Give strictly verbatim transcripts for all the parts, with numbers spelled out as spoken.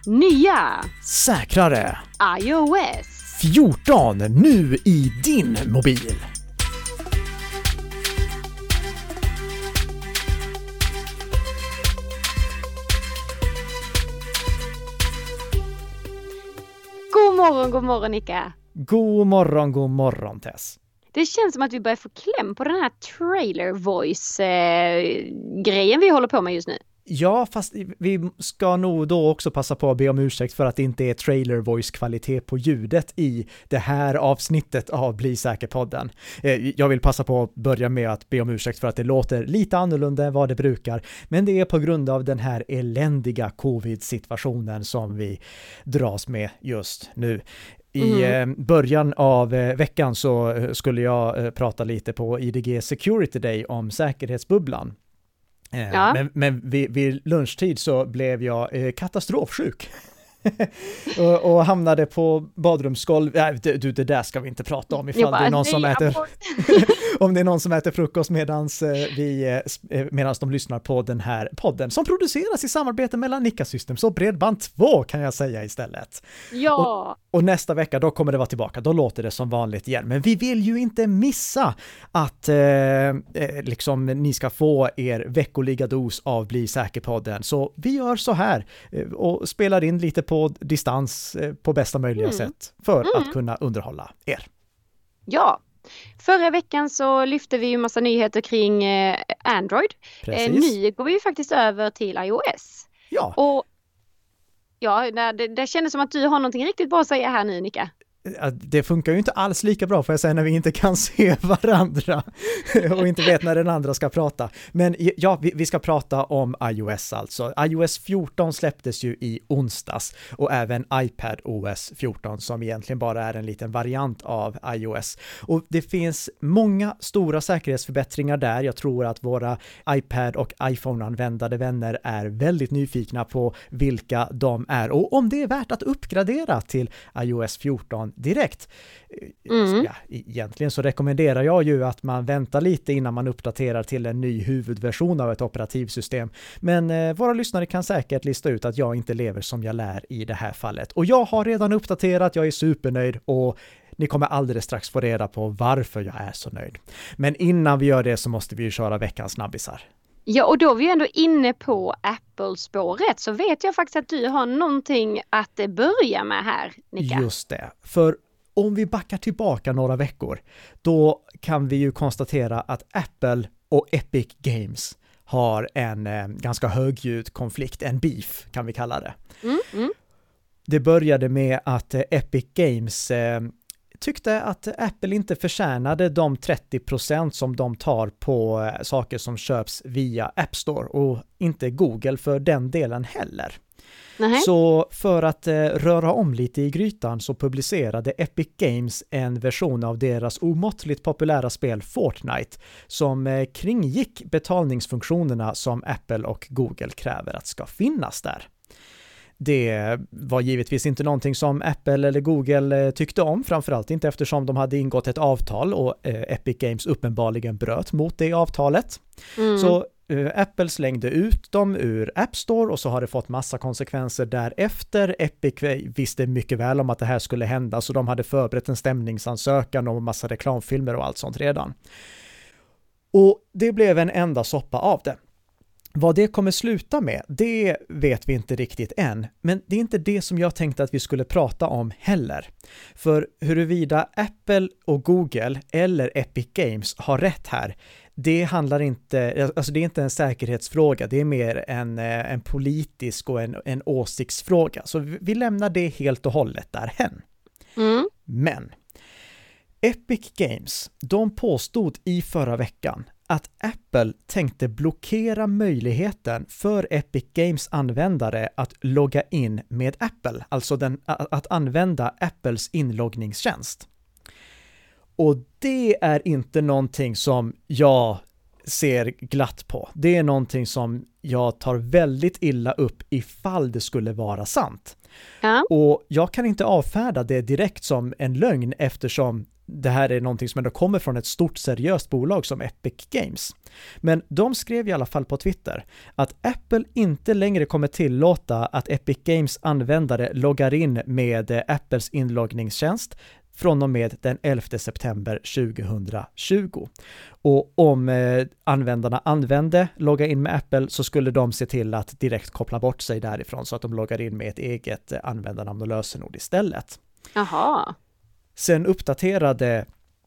Nya, säkrare iOS fjorton nu i din mobil. God morgon, god morgon Nika. God morgon, god morgon Tess. Det känns som att vi börjar få kläm på den här trailer voice-grejen vi håller på med just nu. Ja, fast vi ska nog då också passa på att be om ursäkt för att det inte är trailer voice-kvalitet på ljudet i det här avsnittet av Bli säker-podden. Jag vill passa på att börja med att be om ursäkt för att det låter lite annorlunda än vad det brukar, men det är på grund av den här eländiga covid-situationen som vi dras med just nu. I mm. början av veckan så skulle jag prata lite på I D G Security Day om säkerhetsbubblan. Ja. Men, men vid, vid lunchtid så blev jag eh, katastrofsjuk och, och hamnade på badrumsgolv. Äh, du, det där ska vi inte prata om ifall bara, det är någon som äter om det är någon som äter frukost medans vi medans de lyssnar på den här podden som produceras i samarbete mellan Nika Systems och Bredband två kan jag säga istället. Ja. Och, och nästa vecka då kommer det vara tillbaka. Då låter det som vanligt igen. Men vi vill ju inte missa att eh, liksom ni ska få er veckoliga dos av Bli säker-podden. Så vi gör så här och spelar in lite på distans på bästa möjliga mm. sätt för mm. att kunna underhålla er. Ja. Förra veckan så lyfte vi ju massa nyheter kring eh, Android. Eh, nu går vi ju faktiskt över till iOS. Ja. Och ja, det, det kändes som att du har någonting riktigt bra att säga här nu, Nika. Det funkar ju inte alls lika bra för jag säger när vi inte kan se varandra och inte vet när den andra ska prata. Men ja, vi, vi ska prata om iOS alltså. iOS fjorton släpptes ju i onsdags och även iPadOS fjorton som egentligen bara är en liten variant av iOS. Och det finns många stora säkerhetsförbättringar där. Jag tror att våra iPad- och iPhone-användade vänner är väldigt nyfikna på vilka de är och om det är värt att uppgradera till iOS fjorton direkt. Mm. Ja, egentligen så rekommenderar jag ju att man väntar lite innan man uppdaterar till en ny huvudversion av ett operativsystem. Men eh, våra lyssnare kan säkert lista ut att jag inte lever som jag lär i det här fallet. Och jag har redan uppdaterat, jag är supernöjd och ni kommer alldeles strax få reda på varför jag är så nöjd. Men innan vi gör det så måste vi ju köra veckans snabbisar. Ja, och då är vi ändå inne på Apple-spåret så vet jag faktiskt att du har någonting att börja med här, Nika. Just det, för om vi backar tillbaka några veckor då kan vi ju konstatera att Apple och Epic Games har en eh, ganska högljudd konflikt, en beef kan vi kalla det. Mm, mm. Det började med att eh, Epic Games eh, tyckte att Apple inte förtjänade de trettio procent som de tar på saker som köps via App Store och inte Google för den delen heller. Nej. Så för att eh, röra om lite i grytan så publicerade Epic Games en version av deras omåttligt populära spel Fortnite som eh, kringgick betalningsfunktionerna som Apple och Google kräver att ska finnas där. Det var givetvis inte någonting som Apple eller Google tyckte om, framförallt inte eftersom de hade ingått ett avtal och eh, Epic Games uppenbarligen bröt mot det avtalet. Mm. Så eh, Apple slängde ut dem ur App Store och så har det fått massa konsekvenser därefter. Epic visste mycket väl om att det här skulle hända så de hade förberett en stämningsansökan och massa reklamfilmer och allt sånt redan. Och det blev en enda soppa av det. Vad det kommer sluta med, det vet vi inte riktigt än. Men det är inte det som jag tänkte att vi skulle prata om heller. För huruvida Apple och Google eller Epic Games har rätt här, det handlar inte, alltså det är inte en säkerhetsfråga, det är mer en, en politisk och en, en åsiktsfråga. Så vi lämnar det helt och hållet därhen. Mm. Men Epic Games, de påstod i förra veckan att Apple tänkte blockera möjligheten för Epic Games användare att logga in med Apple, alltså den, att använda Apples inloggningstjänst. Och det är inte någonting som jag ser glatt på. Det är någonting som jag tar väldigt illa upp ifall det skulle vara sant. Ja. Och jag kan inte avfärda det direkt som en lögn eftersom det här är någonting som ändå kommer från ett stort seriöst bolag som Epic Games. Men de skrev i alla fall på Twitter att Apple inte längre kommer tillåta att Epic Games användare loggar in med Apples inloggningstjänst från och med den elfte september tjugohundratjugo. Och om eh, användarna använde logga in med Apple så skulle de se till att direkt koppla bort sig därifrån så att de loggar in med ett eget eh, användarnamn och lösenord istället. Jaha. Sen uppdaterade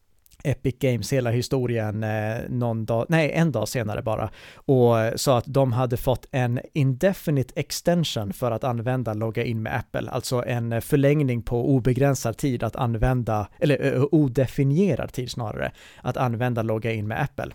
Epic Games hela historien eh, någon dag, nej en dag senare bara och sa att de hade fått en indefinite extension för att använda logga in med Apple, alltså en förlängning på obegränsad tid att använda, eller uh, odefinierad tid snarare, att använda logga in med Apple.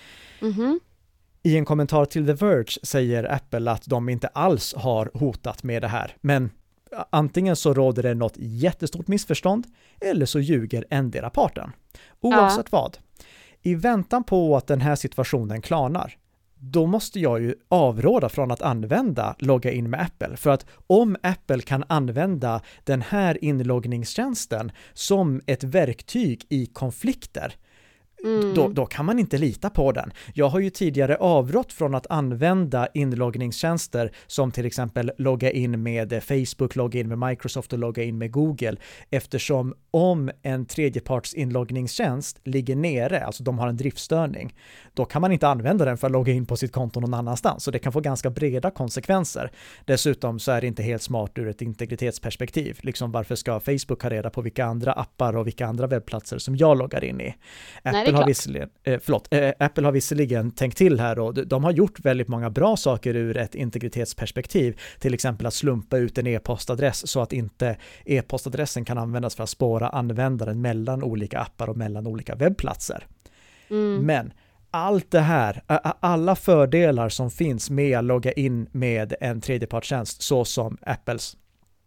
Mhm. I en kommentar till The Verge säger Apple att de inte alls har hotat med det här, men antingen så råder det något jättestort missförstånd eller så ljuger endera parten. Oavsett ja. vad. I väntan på att den här situationen klarnar, då måste jag ju avråda från att använda logga in med Apple. För att om Apple kan använda den här inloggningstjänsten som ett verktyg i konflikter, Mm. Då, då kan man inte lita på den. Jag har ju tidigare avrått från att använda inloggningstjänster som till exempel logga in med Facebook, logga in med Microsoft och logga in med Google, eftersom om en tredjeparts inloggningstjänst ligger nere, alltså de har en driftstörning, då kan man inte använda den för att logga in på sitt konto någon annanstans, så det kan få ganska breda konsekvenser. Dessutom så är det inte helt smart ur ett integritetsperspektiv. Liksom varför ska Facebook ha reda på vilka andra appar och vilka andra webbplatser som jag loggar in i? Apple har visserligen, eh, förlåt, eh, Apple har visserligen tänkt till här och de har gjort väldigt många bra saker ur ett integritetsperspektiv, till exempel att slumpa ut en e-postadress så att inte e-postadressen kan användas för att spåra användaren mellan olika appar och mellan olika webbplatser. Mm. Men allt det här, alla fördelar som finns med att logga in med en tredjepartstjänst så som Apples,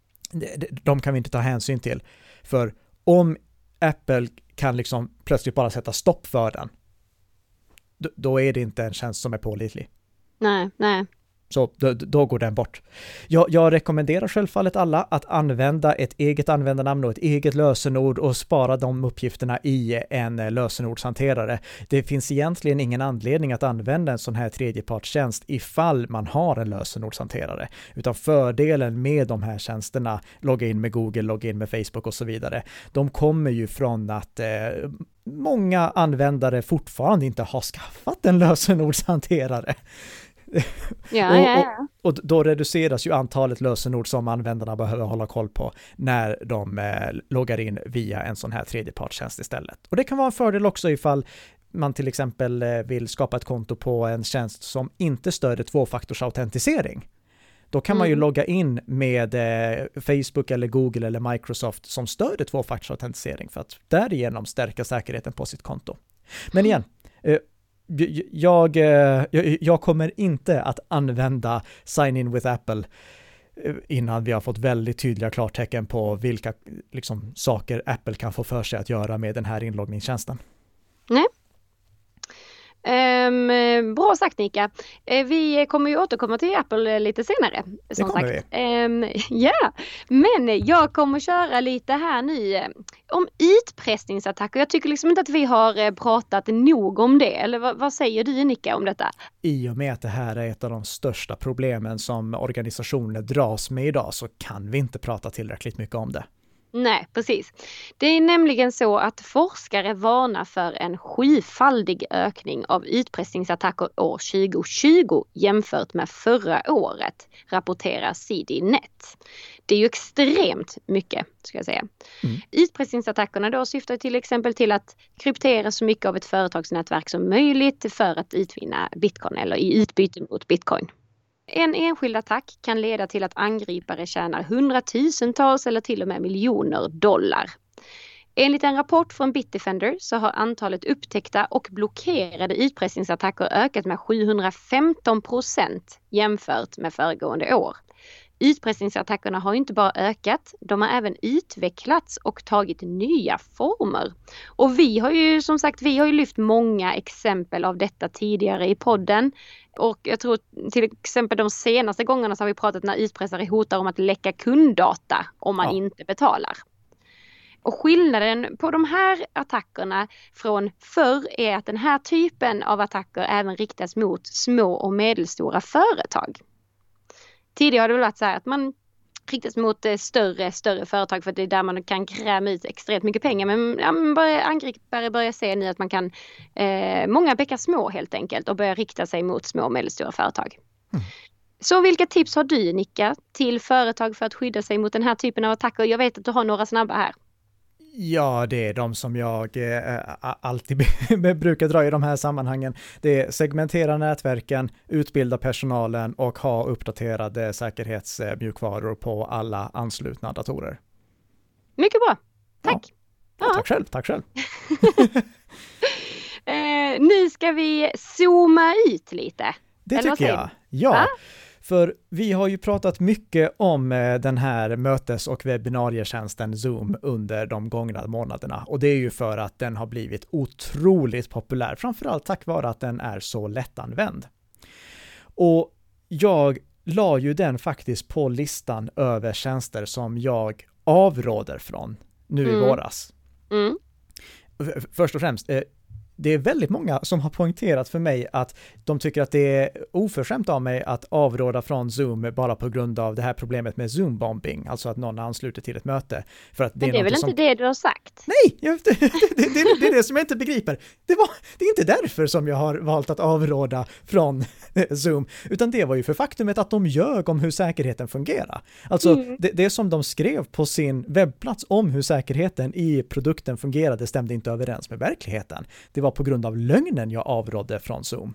de kan vi inte ta hänsyn till. För om Apple kan liksom plötsligt bara sätta stopp för den, då är det inte en tjänst som är pålitlig. Nej, nej. Så då, då går den bort. Jag, jag rekommenderar självfallet alla att använda ett eget användarnamn och ett eget lösenord och spara de uppgifterna i en lösenordshanterare. Det finns egentligen ingen anledning att använda en sån här tredjepartstjänst ifall man har en lösenordshanterare. Utan fördelen med de här tjänsterna, logga in med Google, logga in med Facebook och så vidare, de kommer ju från att eh, många användare fortfarande inte har skaffat en lösenordshanterare. Ja, och, ja, ja. Och, och då reduceras ju antalet lösenord som användarna behöver hålla koll på när de eh, loggar in via en sån här tredjepartstjänst istället. Och det kan vara en fördel också ifall man till exempel eh, vill skapa ett konto på en tjänst som inte stöder tvåfaktorsautentisering. Då kan mm. man ju logga in med eh, Facebook eller Google eller Microsoft som stöder tvåfaktorsautentisering för att därigenom stärka säkerheten på sitt konto. Men igen, eh, Jag, jag, jag kommer inte att använda Sign in with Apple innan vi har fått väldigt tydliga klartecken på vilka liksom, saker Apple kan få för sig att göra med den här inloggningstjänsten. Nej. Um, bra sagt, Nika. Uh, vi kommer ju återkomma till Apple lite senare. Som det kommer sagt. vi. Um, yeah. Men jag kommer köra lite här nu uh, om utpressningsattacker. Jag tycker liksom inte att vi har uh, pratat nog om det. Eller vad, vad säger du, Nika, om detta? I och med att det här är ett av de största problemen som organisationer dras med idag så kan vi inte prata tillräckligt mycket om det. Nej, precis. Det är nämligen så att forskare varnar för en sjufaldig ökning av utpressningsattacker år tjugohundratjugo jämfört med förra året, rapporterar C D Net. Det är ju extremt mycket, ska jag säga. Mm. Utpressningsattackerna då syftar till exempel till att kryptera så mycket av ett företagsnätverk som möjligt för att utvinna bitcoin eller i utbyte mot bitcoin. En enskild attack kan leda till att angripare tjänar hundratusentals eller till och med miljoner dollar. Enligt en rapport från Bitdefender så har antalet upptäckta och blockerade utpressningsattacker ökat med sjuhundrafemton procent jämfört med föregående år. Utpressningsattackerna har inte bara ökat, de har även utvecklats och tagit nya former. Och vi har ju som sagt, vi har ju lyft många exempel av detta tidigare i podden. Och jag tror till exempel de senaste gångerna så har vi pratat när utpressare hotar om att läcka kunddata om man ja. inte betalar. Och skillnaden på de här attackerna från förr är att den här typen av attacker även riktas mot små och medelstora företag. Tidigare har det väl varit så här att man riktas mot större, större företag för att det är där man kan kräma ut extremt mycket pengar. Men ja, börjar, angripare börjar se nu att man kan, eh, många bäckar små helt enkelt och börja rikta sig mot små och medelstora företag. Mm. Så vilka tips har du, Nicka, till företag för att skydda sig mot den här typen av attacker? Jag vet att du har några snabba här. Ja, det är de som jag eh, alltid brukar dra i de här sammanhangen. Det är segmentera nätverken, utbilda personalen och ha uppdaterade säkerhetsmjukvaror på alla anslutna datorer. Mycket bra. Tack. Ja. Ja. Tack själv, tack själv. eh, nu ska vi zooma ut lite. Det Eller tycker jag. Ja. Va? För vi har ju pratat mycket om den här mötes- och webbinarietjänsten Zoom under de gångna månaderna. Och det är ju för att den har blivit otroligt populär, framförallt tack vare att den är så lättanvänd. Och jag la ju den faktiskt på listan över tjänster som jag avråder från nu mm. i våras. Mm. Först och främst, det är väldigt många som har poängterat för mig att de tycker att det är oförskämt av mig att avråda från Zoom bara på grund av det här problemet med Zoom-bombing, alltså att någon ansluter till ett möte. För att det Men det är, är väl som... inte det du har sagt? Nej, jag, det, det, det, det är det som jag inte begriper. Det, var, det är inte därför som jag har valt att avråda från Zoom, utan det var ju för faktumet att de ljög om hur säkerheten fungerar. Alltså mm. det, det som de skrev på sin webbplats om hur säkerheten i produkten fungerade stämde inte överens med verkligheten. Det var på grund av lögnen jag avrådde från Zoom.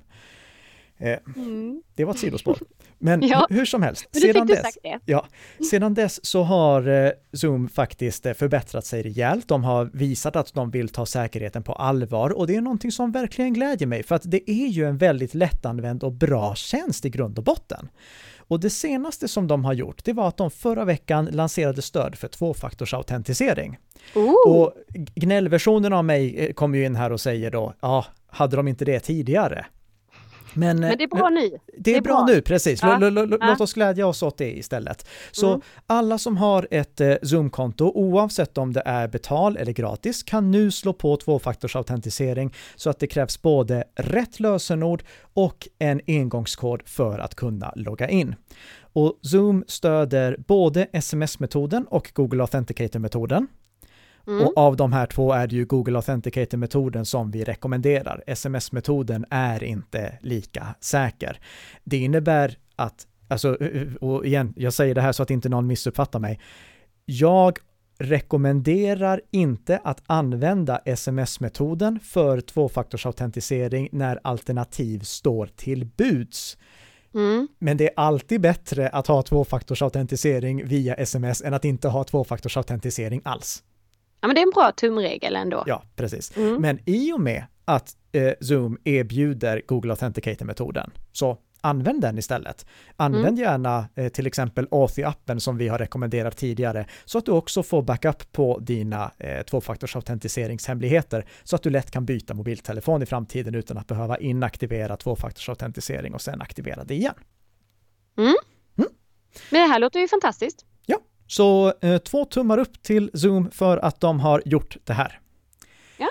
Eh, mm. Det var ett sidospår. Men ja. hur som helst, sedan dess, ja, sedan dess så har eh, Zoom faktiskt eh, förbättrat sig rejält. De har visat att de vill ta säkerheten på allvar och det är någonting som verkligen glädjer mig för att det är ju en väldigt lättanvänd och bra tjänst i grund och botten. Och det senaste som de har gjort, det var att de förra veckan lanserade stöd för tvåfaktorsautentisering. Ooh. Och gnällversionen av mig kommer ju in här och säger då, ja, hade de inte det tidigare? Men, Men det är bra nu. Det är, det är bra, bra nu, precis. Ja. L- l- l- ja. Låt oss glädja oss åt det istället. Så mm. alla som har ett eh, Zoom-konto, oavsett om det är betal eller gratis, kan nu slå på tvåfaktorsautentisering så att det krävs både rätt lösenord och en engångskod för att kunna logga in. Och Zoom stöder både S M S-metoden och Google Authenticator-metoden. Mm. Och av de här två är det ju Google Authenticator-metoden som vi rekommenderar. S M S-metoden är inte lika säker. Det innebär att, alltså, och igen, jag säger det här så att inte någon missuppfattar mig. Jag rekommenderar inte att använda S M S-metoden för tvåfaktorsautentisering när alternativ står till buds. Mm. Men det är alltid bättre att ha tvåfaktorsautentisering via S M S än att inte ha tvåfaktorsautentisering alls. Ja, men det är en bra tumregel ändå. Ja, precis. Mm. Men i och med att eh, Zoom erbjuder Google Authenticator-metoden så använd den istället. Använd mm. gärna eh, till exempel Authy-appen som vi har rekommenderat tidigare så att du också får backup på dina eh, tvåfaktorsautentiseringshemligheter så att du lätt kan byta mobiltelefon i framtiden utan att behöva inaktivera tvåfaktorsautentisering och sen aktivera det igen. Mm. Mm. Men det här låter ju fantastiskt. Ja. Så eh, två tummar upp till Zoom för att de har gjort det här. Ja.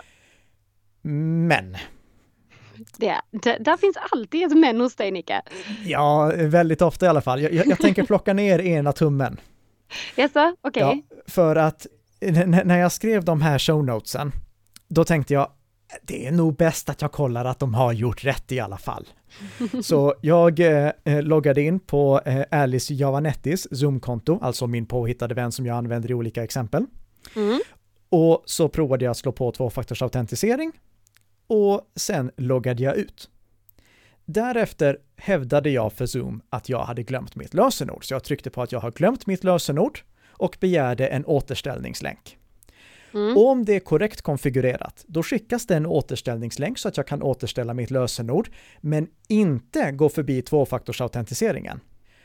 Men. Det, det, där finns alltid ett men hos dig, Nicka. Ja, väldigt ofta i alla fall. Jag, jag, jag tänker plocka ner ena tummen. Yes, okej. Okay. Ja, för att n- när jag skrev de här show notesen, då tänkte jag det är nog bäst att jag kollar att de har gjort rätt i alla fall. Så jag eh, loggade in på eh, Alice Javanettis Zoom-konto, alltså min påhittade vän som jag använder i olika exempel. Mm. Och så provade jag att slå på tvåfaktorsautentisering och sen loggade jag ut. Därefter hävdade jag för Zoom att jag hade glömt mitt lösenord. Så jag tryckte på att jag har glömt mitt lösenord och begärde en återställningslänk. Mm. Och om det är korrekt konfigurerat, då skickas det en återställningslänk så att jag kan återställa mitt lösenord, men inte gå förbi tvåfaktorsautentiseringen.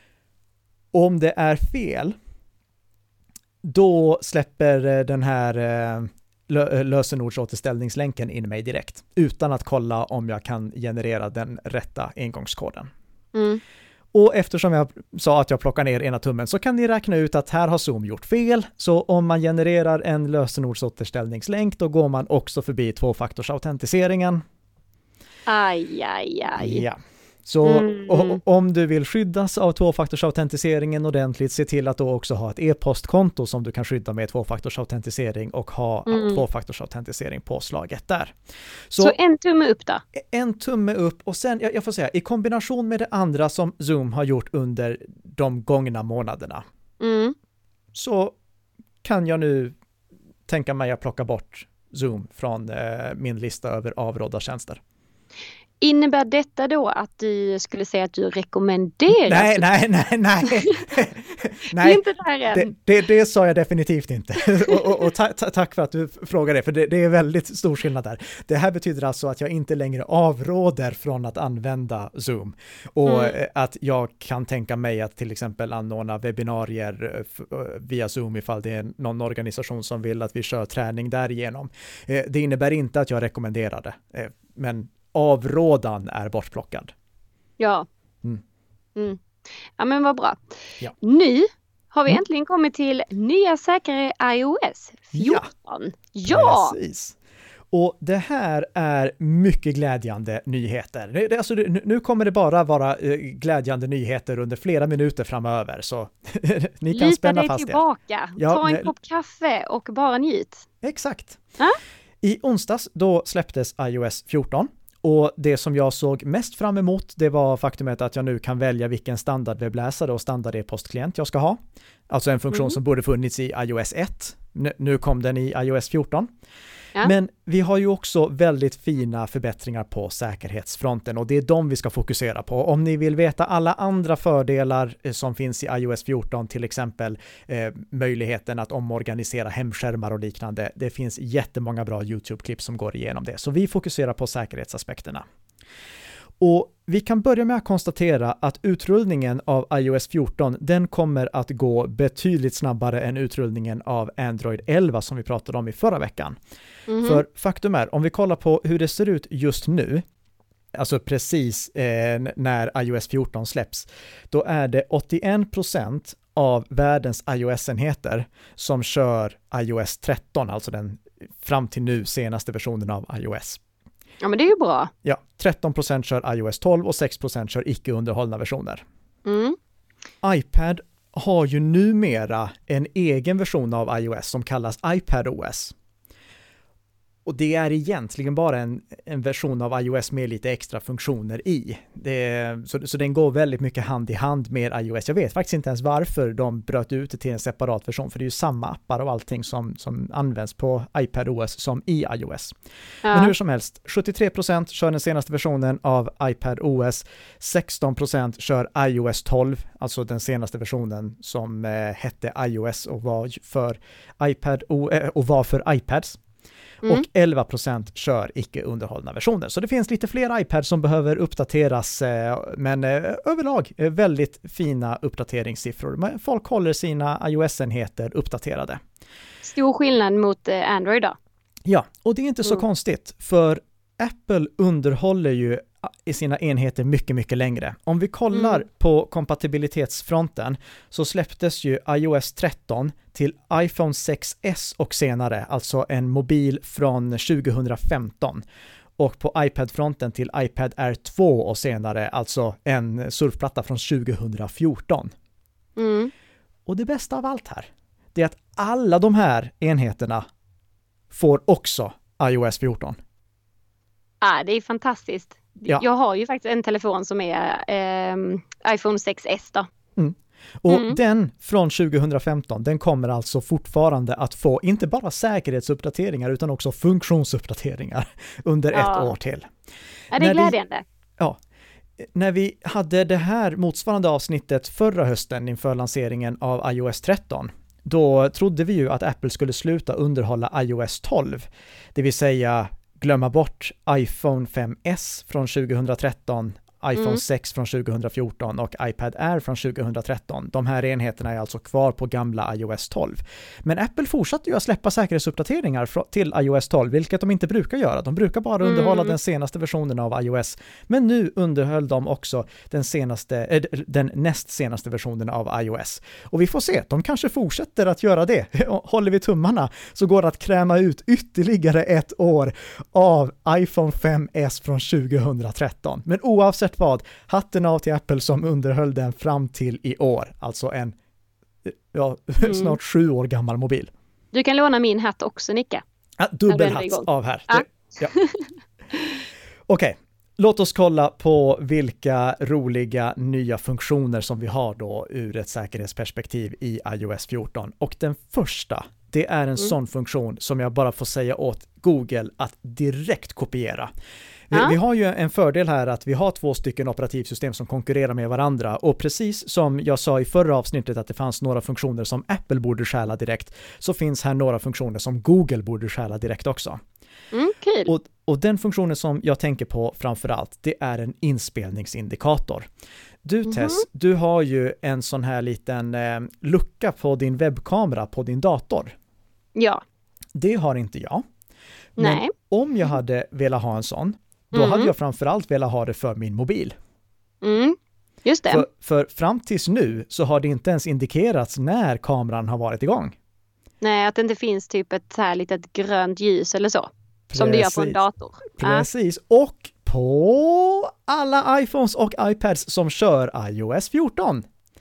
Om det är fel, då släpper den här lö- lösenordsåterställningslänken in mig direkt, utan att kolla om jag kan generera den rätta engångskoden. Mm. Och eftersom jag sa att jag plockar ner ena tummen så kan ni räkna ut att här har Zoom gjort fel. Så om man genererar en lösenordsåterställningslänk då går man också förbi tvåfaktorsautentiseringen. Aj, aj, aj. Ja. Så mm. och, om du vill skyddas av tvåfaktorsautentiseringen ordentligt, se till att då också ha ett e-postkonto som du kan skydda med tvåfaktorsautentisering och ha mm. tvåfaktorsautentisering påslaget där. Så, så en tumme upp då? En tumme upp och sen, jag, jag får säga, i kombination med det andra som Zoom har gjort under de gångna månaderna mm. så kan jag nu tänka mig att plocka bort Zoom från eh, min lista över avrådda tjänster. Innebär detta då att du skulle säga att du rekommenderar? Nej, nej, nej, nej. nej. Inte där än. Det, det, det sa jag definitivt inte. och och, och ta, ta, tack för att du frågar det, för det, det är väldigt stor skillnad där. Det här betyder alltså att jag inte längre avråder från att använda Zoom. Och mm. att jag kan tänka mig att till exempel anordna webbinarier via Zoom ifall det är någon organisation som vill att vi kör träning därigenom. Det innebär inte att jag rekommenderar det, men avrådan är bortplockad. Ja. Mm. Mm. Ja, men vad bra. Ja. Nu har vi mm. äntligen kommit till nya säkrare iOS fjorton. Ja. ja. Precis. Och det här är mycket glädjande nyheter. Det, det, alltså, nu kommer det bara vara uh, glädjande nyheter under flera minuter framöver. Så ni kan Lita spänna dig fast tillbaka. Ja, Ta en nej. kopp kaffe och bara njut. Exakt. Ha? I onsdags då släpptes iOS fjorton. Och det som jag såg mest fram emot det var faktumet att jag nu kan välja vilken standardwebbläsare och standard e-postklient jag ska ha. Alltså en funktion mm. som borde funnits i iOS ett. Nu kom den i iOS fjorton. Ja. Men vi har ju också väldigt fina förbättringar på säkerhetsfronten och det är de vi ska fokusera på. Om ni vill veta alla andra fördelar som finns i iOS fjorton, till exempel eh, möjligheten att omorganisera hemskärmar och liknande. Det finns jättemånga bra YouTube-klipp som går igenom det. Så vi fokuserar på säkerhetsaspekterna. Och vi kan börja med att konstatera att utrullningen av iOS fjorton den kommer att gå betydligt snabbare än utrullningen av Android elva som vi pratade om i förra veckan. Mm-hmm. För faktum är, om vi kollar på hur det ser ut just nu, alltså precis eh, när iOS fjorton släpps, då är det åttioen procent av världens iOS-enheter som kör iOS tretton, alltså den fram till nu senaste versionen av iOS. Ja, men det är ju bra. Ja, tretton procent kör iOS tolv och sex procent kör icke underhållna versioner. Mm. iPad har ju numera en egen version av iOS som kallas iPadOS. Och det är egentligen bara en, en version av iOS med lite extra funktioner i. Det, så, så den går väldigt mycket hand i hand med iOS. Jag vet faktiskt inte ens varför de bröt ut det till en separat version. För det är ju samma appar och allting som, som används på iPadOS som i iOS. Ja. Men hur som helst, sjuttiotre procent kör den senaste versionen av iPadOS. sexton procent kör iOS tolv, alltså den senaste versionen som eh, hette iOS och var för iPad och var för iPads. Mm. Och elva procent kör icke underhållna versioner. Så det finns lite fler iPads som behöver uppdateras, men överlag väldigt fina uppdateringssiffror. Men folk håller sina iOS-enheter uppdaterade. Stor skillnad mot Android då? Ja, och det är inte så mm. konstigt, för Apple underhåller ju i sina enheter mycket, mycket längre. Om vi kollar mm. på kompatibilitetsfronten så släpptes ju iOS tretton till iPhone sex S och senare, alltså en mobil från tjugohundrafemton. Och på iPad-fronten till iPad Air två och senare, alltså en surfplatta från tjugohundrafjorton. Mm. Och det bästa av allt här, det är att alla de här enheterna får också iOS fjorton. Ja, det är fantastiskt. Ja. Jag har ju faktiskt en telefon som är eh, iPhone sex S då. Mm. Och mm. den från tjugohundrafemton, den kommer alltså fortfarande att få inte bara säkerhetsuppdateringar utan också funktionsuppdateringar under ja. ett år till. Ja, det är glädjande. Vi, ja. När vi hade det här motsvarande avsnittet förra hösten inför lanseringen av iOS tretton, då trodde vi ju att Apple skulle sluta underhålla iOS tolv. Det vill säga glömma bort iPhone fem S från tjugohundratretton, iPhone Mm. sex från tjugohundrafjorton och iPad Air från tjugotretton. De här enheterna är alltså kvar på gamla iOS tolv. Men Apple fortsatte ju att släppa säkerhetsuppdateringar till iOS tolv, vilket de inte brukar göra. De brukar bara underhålla mm. den senaste versionen av iOS. Men nu underhöll de också den, senaste, äh, den näst senaste versionen av iOS. Och vi får se, de kanske fortsätter att göra det. Håller vi tummarna så går det att kräma ut ytterligare ett år av iPhone fem S från tjugotretton. Men oavsett vad, hatten av till Apple som underhöll den fram till i år. Alltså en ja, mm. snart sju år gammal mobil. Du kan låna min hatt också, Nicka. Ja, dubbelhatt av här. Ah. Ja. Okej, okay. Låt oss kolla på vilka roliga nya funktioner som vi har då ur ett säkerhetsperspektiv i iOS fjorton. Och den första, det är en mm. sån funktion som jag bara får säga åt Google att direkt kopiera. Vi, ja. vi har ju en fördel här att vi har två stycken operativsystem som konkurrerar med varandra, och precis som jag sa i förra avsnittet att det fanns några funktioner som Apple borde stjäla direkt, så finns här några funktioner som Google borde stjäla direkt också. Mm, cool. och, och den funktionen som jag tänker på framförallt, det är en inspelningsindikator. Du mm-hmm. Tess, du har ju en sån här liten eh, lucka på din webbkamera på din dator. Ja. Det har inte jag. Nej. Men om jag hade velat ha en sån, då mm. hade jag framförallt velat ha det för min mobil. Mm, just det. För, för fram tills nu så har det inte ens indikerats när kameran har varit igång. Nej, att det inte finns typ ett så här litet grönt ljus eller så. Precis. Som det gör på en dator. Precis. Ah. Och på alla iPhones och iPads som kör iOS fjorton.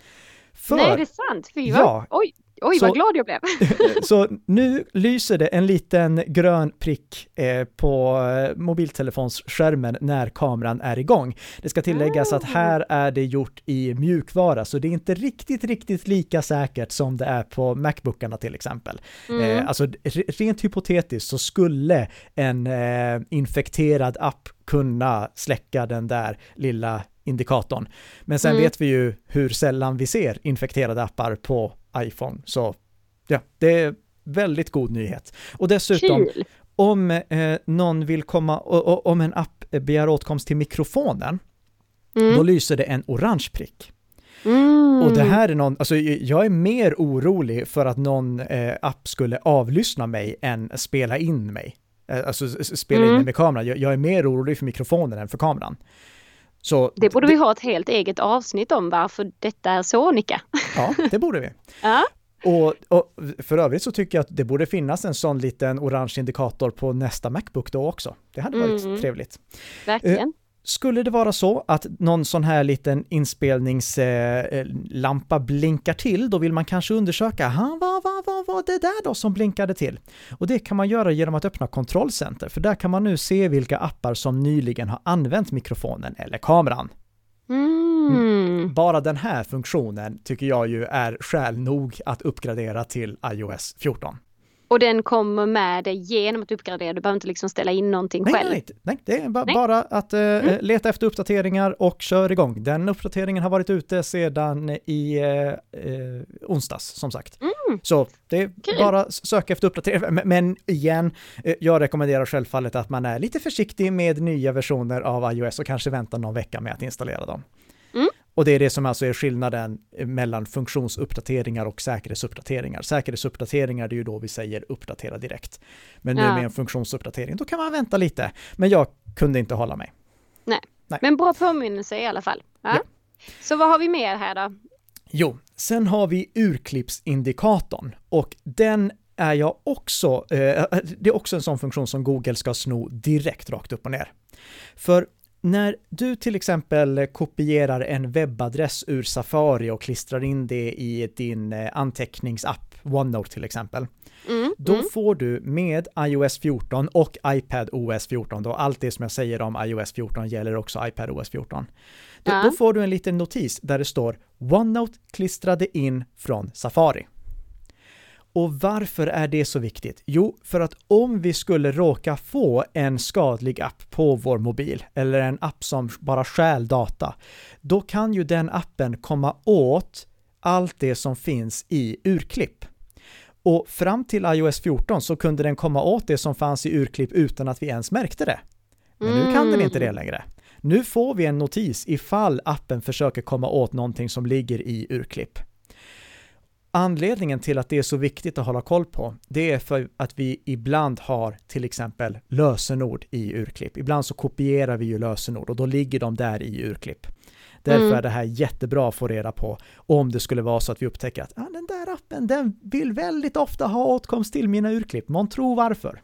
För, Nej, det är sant. Fy, ja. Oj. Oj, så, vad glad jag blev. Så nu lyser det en liten grön prick eh, på mobiltelefonsskärmen när kameran är igång. Det ska tilläggas mm. att här är det gjort i mjukvara, så det är inte riktigt, riktigt lika säkert som det är på MacBookarna till exempel. Mm. Eh, alltså rent hypotetiskt så skulle en eh, infekterad app kunna släcka den där lilla indikatorn. Men sen mm. vet vi ju hur sällan vi ser infekterade appar på iPhone. Så ja, det är väldigt god nyhet. Och dessutom, Kul. om eh, någon vill komma, och, och, om en app begär åtkomst till mikrofonen, mm. då lyser det en orange prick. Mm. Och det här är någon, alltså jag är mer orolig för att någon eh, app skulle avlyssna mig än spela in mig. Eh, alltså spela mm. in mig med kameran. Jag, jag är mer orolig för mikrofonen än för kameran. Så det borde det, vi ha ett helt eget avsnitt om varför detta är så, Nicka. Ja, det borde vi. Ja. Och, och för övrigt så tycker jag att det borde finnas en sån liten orange indikator på nästa MacBook då också. Det hade varit mm. trevligt. Verkligen. Uh, skulle det vara så att någon sån här liten inspelningslampa eh, blinkar till, då vill man kanske undersöka, vad va, va, va, va det där då som blinkade till? Och det kan man göra genom att öppna kontrollcenter, för där kan man nu se vilka appar som nyligen har använt mikrofonen eller kameran. Mm. Mm. Bara den här funktionen tycker jag ju är skäl nog att uppgradera till iOS fjorton. Och den kommer med dig genom att uppgradera. Du behöver inte liksom ställa in någonting nej, själv. Nej, nej, det är ba- nej. bara att uh, mm. leta efter uppdateringar och kör igång. Den uppdateringen har varit ute sedan i uh, uh, onsdags, som sagt. Mm. Så det är Kul. bara söka efter uppdateringar. Men, men igen, uh, jag rekommenderar självfallet att man är lite försiktig med nya versioner av iOS och kanske vänta någon vecka med att installera dem. Mm. Och det är det som alltså är skillnaden mellan funktionsuppdateringar och säkerhetsuppdateringar. Säkerhetsuppdateringar, det är ju då vi säger uppdatera direkt. Men nu ja. med en funktionsuppdatering, då kan man vänta lite. Men jag kunde inte hålla mig. Nej, Nej. men bra påminnelse i alla fall. Ja? Ja. Så vad har vi mer här då? Jo, sen har vi urklippsindikatorn. Och den är jag också, eh, det är också en sån funktion som Google ska sno direkt rakt upp och ner. För när du till exempel kopierar en webbadress ur Safari och klistrar in det i din anteckningsapp, OneNote till exempel, mm, då mm. får du med iOS fjorton och iPadOS fjorton, då allt det som jag säger om iOS fjorton gäller också iPadOS fjorton. Då, ja. då får du en liten notis där det står OneNote klistrade in från Safari. Och varför är det så viktigt? Jo, för att om vi skulle råka få en skadlig app på vår mobil eller en app som bara stjäl data, då kan ju den appen komma åt allt det som finns i urklipp. Och fram till iOS fjorton så kunde den komma åt det som fanns i urklipp utan att vi ens märkte det. Men mm. nu kan den inte det längre. Nu får vi en notis ifall appen försöker komma åt någonting som ligger i urklipp. Anledningen till att det är så viktigt att hålla koll på, det är för att vi ibland har till exempel lösenord i urklipp. Ibland så kopierar vi ju lösenord och då ligger de där i urklipp. Därför mm. är det här jättebra att få reda på om det skulle vara så att vi upptäcker att ah, den där appen, den vill väldigt ofta ha åtkomst till mina urklipp. Man tror varför.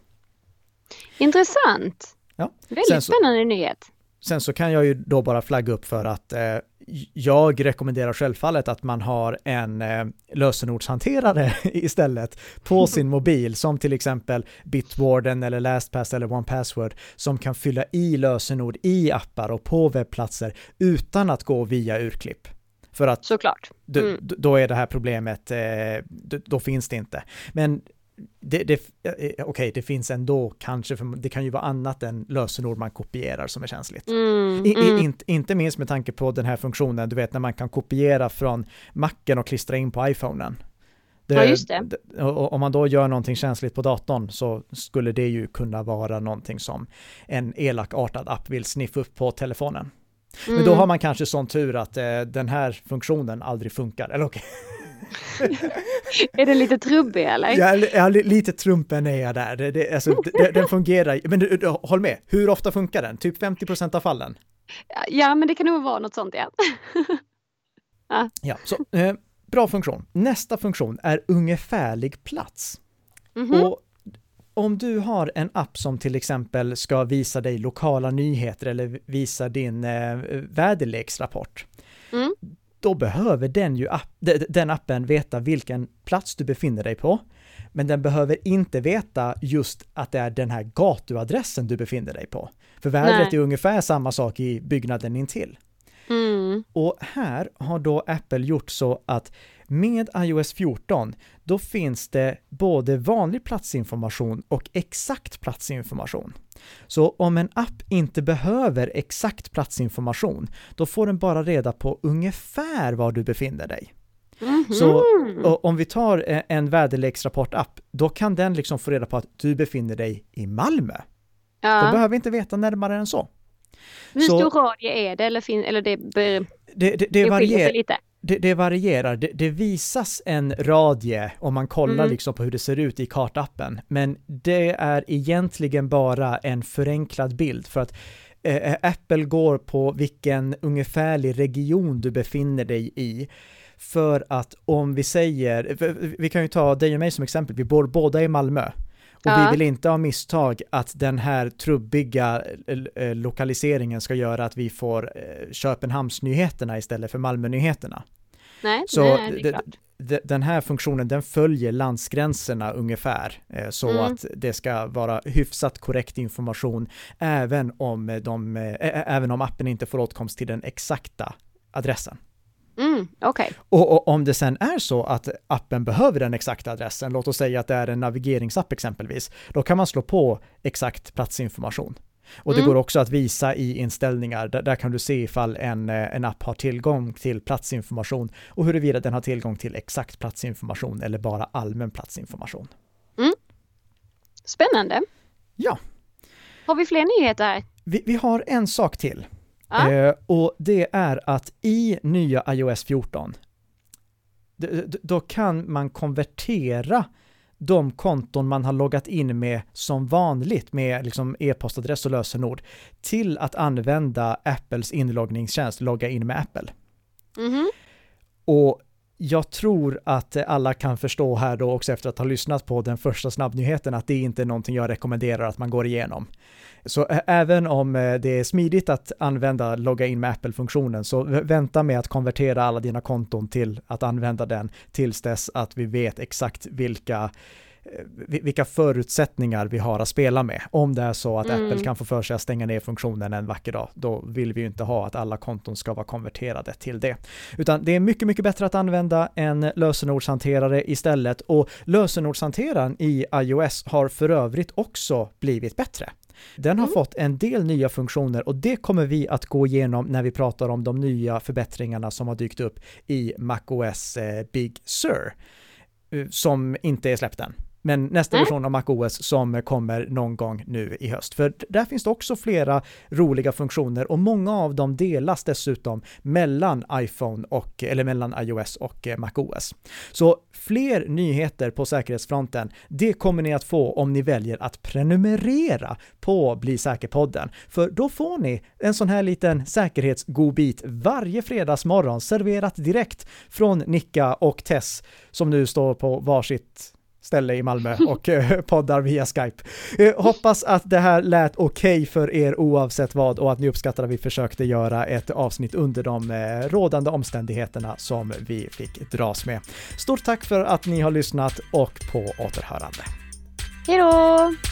Intressant. Ja. Väldigt så, spännande nyhet. Sen så kan jag ju då bara flagga upp för att eh, jag rekommenderar självfallet att man har en eh, lösenordshanterare istället på sin mobil, som till exempel Bitwarden eller LastPass eller one password, som kan fylla i lösenord i appar och på webbplatser utan att gå via urklipp. För att såklart. Mm. Då, då är det här problemet, eh, då, då finns det inte. Men Det, det, okej, okay, det finns ändå kanske, för det kan ju vara annat än lösenord man kopierar som är känsligt. Mm, I, mm. In, inte minst med tanke på den här funktionen, du vet när man kan kopiera från Macen och klistra in på iPhonen. Det, ja, just det. det. Om man då gör någonting känsligt på datorn så skulle det ju kunna vara någonting som en elakartad app vill sniffa upp på telefonen. Mm. Men då har man kanske sån tur att eh, den här funktionen aldrig funkar. Eller okej. Okay. Är det lite trubbig eller? Ja, ja lite trumpen är jag där. Det, det, alltså, det, den fungerar. Men du, du, håll med, hur ofta funkar den? Typ femtio procent av fallen. Ja, men det kan nog vara något sånt igen. ja. ja, så eh, bra funktion. Nästa funktion är ungefärlig plats. Mm-hmm. Och om du har en app som till exempel ska visa dig lokala nyheter eller visa din eh, väderleksrapport. Mm. Då behöver den, ju app, den appen veta vilken plats du befinner dig på. Men den behöver inte veta just att det är den här gatuadressen du befinner dig på. För vädret Nej. är ungefär samma sak i byggnaden intill. Mm. Och här har då Apple gjort så att med iOS fjorton då finns det både vanlig platsinformation och exakt platsinformation. Så om en app inte behöver exakt platsinformation, då får den bara reda på ungefär var du befinner dig. Mm-hmm. Så om vi tar en väderleksrapport-app, då kan den liksom få reda på att du befinner dig i Malmö. Ja. Då behöver vi inte veta närmare än så. Hur så, stor radie är det? Eller, fin, eller det, det, det, det, det varierar lite? Det, det varierar. Det, det visas en radie om man kollar mm. liksom på hur det ser ut i kartappen. Men det är egentligen bara en förenklad bild. För att eh, Apple går på vilken ungefärlig region du befinner dig i. För att om vi säger, vi kan ju ta dig och mig som exempel, vi bor båda i Malmö. Och ja. vi vill inte ha misstag att den här trubbiga eh, lokaliseringen ska göra att vi får eh, Köpenhamnsnyheterna istället för Malmönyheterna. Nej, så nej, det är klart. D- den här funktionen, den följer landsgränserna ungefär eh, så mm. att det ska vara hyfsat korrekt information även om, de, eh, även om appen inte får åtkomst till den exakta adressen. Mm, okay. och, och om det sen är så att appen behöver den exakta adressen, låt oss säga att det är en navigeringsapp exempelvis, då kan man slå på exakt platsinformation. Och det mm. går också att visa i inställningar, där, där kan du se ifall en, en app har tillgång till platsinformation och huruvida den har tillgång till exakt platsinformation eller bara allmän platsinformation. Mm. Spännande. Ja. Har vi fler nyheter här? Vi, vi har en sak till. Ah. Eh, och det är att i nya iOS fjorton d- d- då kan man konvertera de konton man har loggat in med som vanligt med liksom e-postadress och lösenord till att använda Apples inloggningstjänst, logga in med Apple. Mm-hmm. Och jag tror att alla kan förstå här då också efter att ha lyssnat på den första snabbnyheten att det inte är någonting jag rekommenderar att man går igenom. Så även om det är smidigt att använda logga in med Apple-funktionen så vänta med att konvertera alla dina konton till att använda den tills dess att vi vet exakt vilka vilka förutsättningar vi har att spela med. Om det är så att mm. Apple kan få för sig att stänga ner funktionen en vacker dag, då vill vi ju inte ha att alla konton ska vara konverterade till det. Utan det är mycket, mycket bättre att använda en lösenordshanterare istället, och lösenordshanteraren i iOS har för övrigt också blivit bättre. Den har mm. fått en del nya funktioner och det kommer vi att gå igenom när vi pratar om de nya förbättringarna som har dykt upp i macOS eh, Big Sur som inte är släppt än. Men nästa Nej. version av macOS som kommer någon gång nu i höst. För där finns det också flera roliga funktioner och många av dem delas dessutom mellan iPhone och, eller mellan iOS och macOS. Så fler nyheter på säkerhetsfronten, det kommer ni att få om ni väljer att prenumerera på Bli säker-podden. För då får ni en sån här liten säkerhetsgodbit varje fredagsmorgon serverat direkt från Nicka och Tess som nu står på varsitt ställe i Malmö och poddar via Skype. Eh, hoppas att det här lät okej okay för er oavsett vad och att ni uppskattar att vi försökte göra ett avsnitt under de eh, rådande omständigheterna som vi fick dras med. Stort tack för att ni har lyssnat och på återhörande. Hej då!